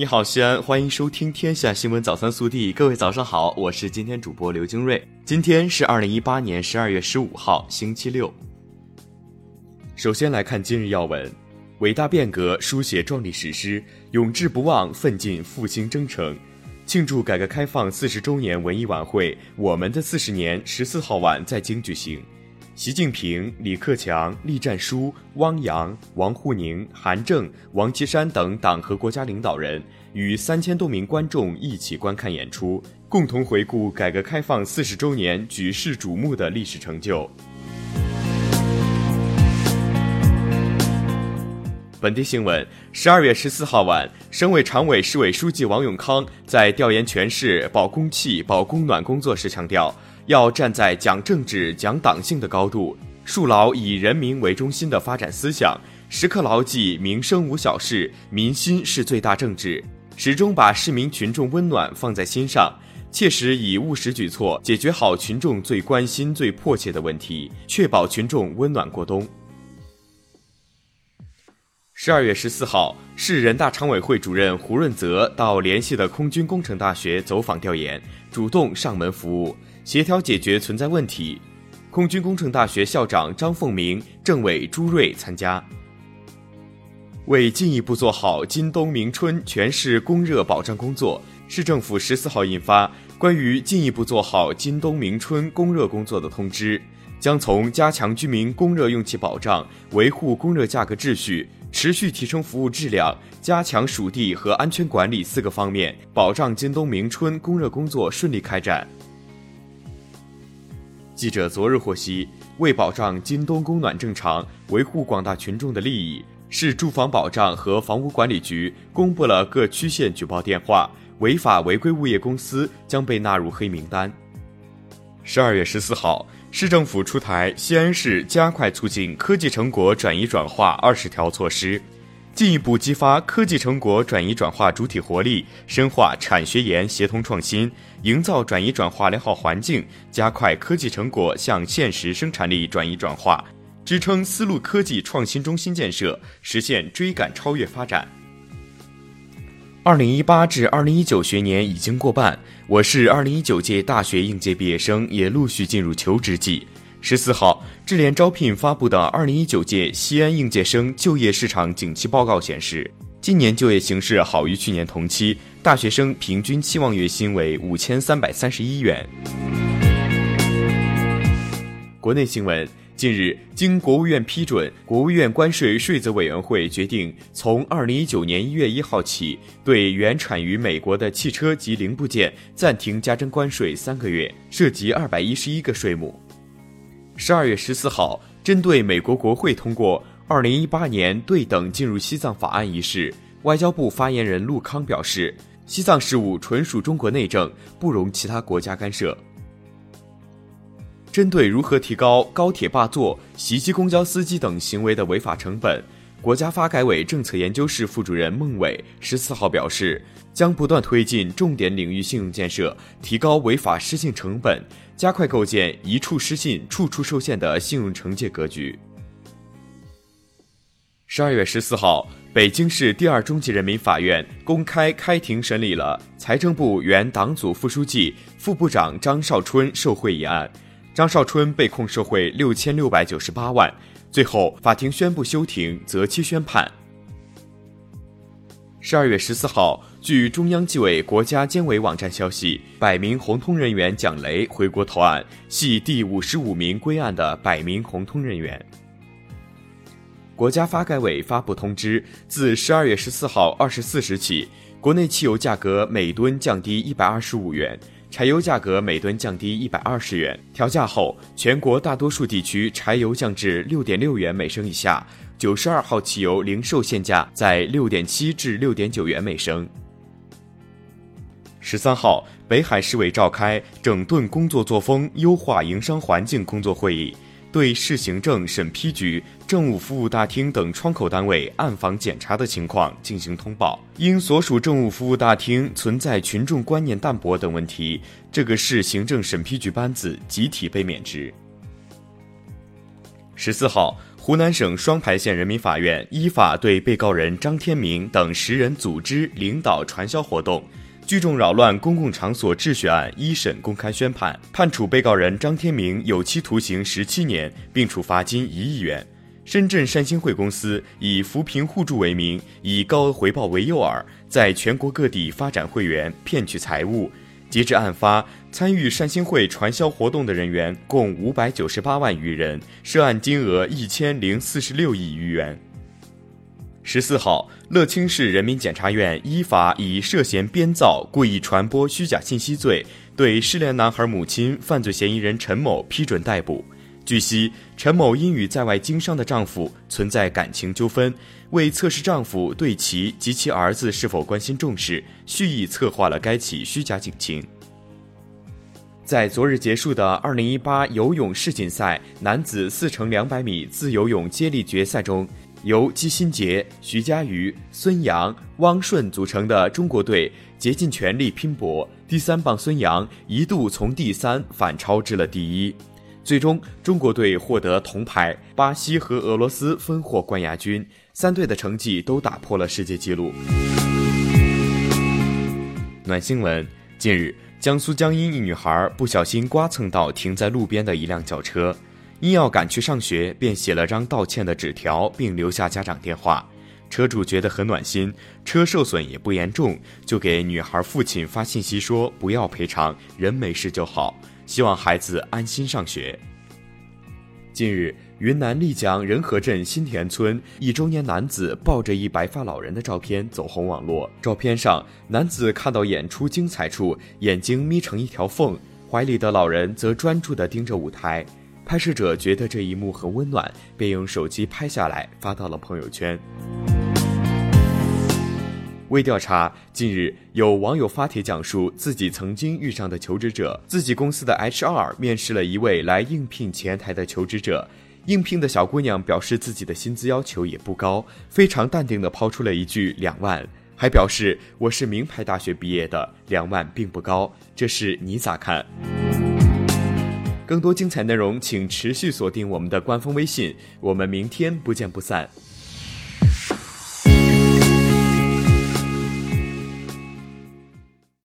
你好，西安，欢迎收听天下新闻早餐速递。各位早上好，我是今天主播刘京瑞。今天是2018年12月15号，星期六。首先来看今日要闻：伟大变革书写壮丽史诗，永志不忘，奋进复兴征程。庆祝改革开放40周年文艺晚会“我们的40年”14号晚在京举行。习近平、李克强、栗战书、汪洋、王沪宁、韩正、王岐山等党和国家领导人与3000多名观众一起观看演出，共同回顾改革开放40周年举世瞩目的历史成就。本地新闻：12月14号晚，省委常委、市委书记王永康在调研全市保供气、保供暖工作时强调，要站在讲政治、讲党性的高度，树牢以人民为中心的发展思想，时刻牢记民生无小事，民心是最大政治，始终把市民群众温暖放在心上，切实以务实举措解决好群众最关心、最迫切的问题，确保群众温暖过冬。12月14号，市人大常委会主任胡润泽到联系的空军工程大学走访调研，主动上门服务，协调解决存在问题。空军工程大学校长张凤鸣、政委朱瑞参加。为进一步做好今冬明春全市供热保障工作，市政府14号印发关于进一步做好今冬明春供热工作的通知，将从加强居民供热用气保障、维护供热价格秩序、持续提升服务质量、加强属地和安全管理4个方面，保障今冬明春供热工作顺利开展。记者昨日获悉，为保障今冬供暖正常，维护广大群众的利益，市住房保障和房屋管理局公布了各区县举报电话，违法违规物业公司将被纳入黑名单。12月14号，市政府出台西安市加快促进科技成果转移转化20条措施，进一步激发科技成果转移转化主体活力，深化产学研协同创新，营造转移转化良好环境，加快科技成果向现实生产力转移转化，支撑丝路科技创新中心建设，实现追赶超越发展。2018至2019学年已经过半，我市2019届大学应届毕业生也陆续进入求职季。14号，智联招聘发布的2019届西安应届生就业市场景气报告显示，今年就业形势好于去年同期，大学生平均期望月薪为5331元。国内新闻，近日，经国务院批准，国务院关税税则委员会决定，从2019年1月1号起，对原产于美国的汽车及零部件暂停加征关税3个月，涉及211个税目。12月14号，针对美国国会通过2018年对等进入西藏法案一事，外交部发言人陆康表示，西藏事务纯属中国内政，不容其他国家干涉。针对如何提高高铁霸座、袭击公交司机等行为的违法成本，国家发改委政策研究室副主任孟伟14号表示，将不断推进重点领域信用建设，提高违法失信成本，加快构建一处失信、处处受限的信用惩戒格局。12月14号，北京市第2中级人民法院公开开庭审理了财政部原党组副书记、副部长张少春受贿一案。张少春被控受贿6698万，最后法庭宣布休庭，择期宣判。12月14号，据中央纪委国家监委网站消息，100名红通人员蒋雷回国投案，系第55名归案的100名红通人员。国家发改委发布通知，自12月14号24时起，国内汽油价格每吨降低125元，柴油价格每吨降低120元，调价后，全国大多数地区柴油降至6.6元每升以下，92号汽油零售限价在6.7至6.9元每升。13号，北海市委召开整顿工作作风、优化营商环境工作会议，对市行政审批局、政务服务大厅等窗口单位暗访检查的情况进行通报。因所属政务服务大厅存在群众观念淡薄等问题，这个市行政审批局班子集体被免职。14号， 湖南省双牌县人民法院依法对被告人张天明等10人组织、领导传销活动，聚众扰乱公共场所秩序案一审公开宣判，判处被告人张天明有期徒刑17年，并处罚金1亿元。深圳善兴汇公司以扶贫互助为名，以高额回报为诱饵，在全国各地发展会员，骗取财物。截至案发，参与善兴会传销活动的人员共598万余人，涉案金额1046亿余元。14号，乐清市人民检察院依法以涉嫌编造、故意传播虚假信息罪，对失联男孩母亲犯罪嫌疑人陈某批准逮捕。据悉，陈某因与在外经商的丈夫存在感情纠纷，为测试丈夫对其及其儿子是否关心重视，蓄意策划了该起虚假警情。在昨日结束的2018游泳世锦赛男子4×200米自由泳接力决赛中，由姬新杰、徐嘉余、孙杨、汪顺组成的中国队竭尽全力拼搏，第3棒孙杨一度从第3反超至了第1。最终，中国队获得铜牌，巴西和俄罗斯分获冠亚军，3队的成绩都打破了世界纪录。暖新闻：近日，江苏江阴一女孩不小心刮蹭到停在路边的一辆轿车，因要赶去上学，便写了张道歉的纸条，并留下家长电话。车主觉得很暖心，车受损也不严重，就给女孩父亲发信息说不要赔偿，人没事就好，希望孩子安心上学。近日，云南丽江仁和镇新田村一中年男子抱着一白发老人的照片走红网络。照片上，男子看到演出精彩处，眼睛眯成一条缝，怀里的老人则专注地盯着舞台。拍摄者觉得这一幕很温暖，便用手机拍下来发到了朋友圈。为调查，近日有网友发帖讲述自己曾经遇上的求职者，自己公司的 HR 面试了一位来应聘前台的求职者，应聘的小姑娘表示自己的薪资要求也不高，非常淡定地抛出了一句2万，还表示我是名牌大学毕业的，2万并不高，这事你咋看？更多精彩内容请持续锁定我们的官方微信，我们明天不见不散。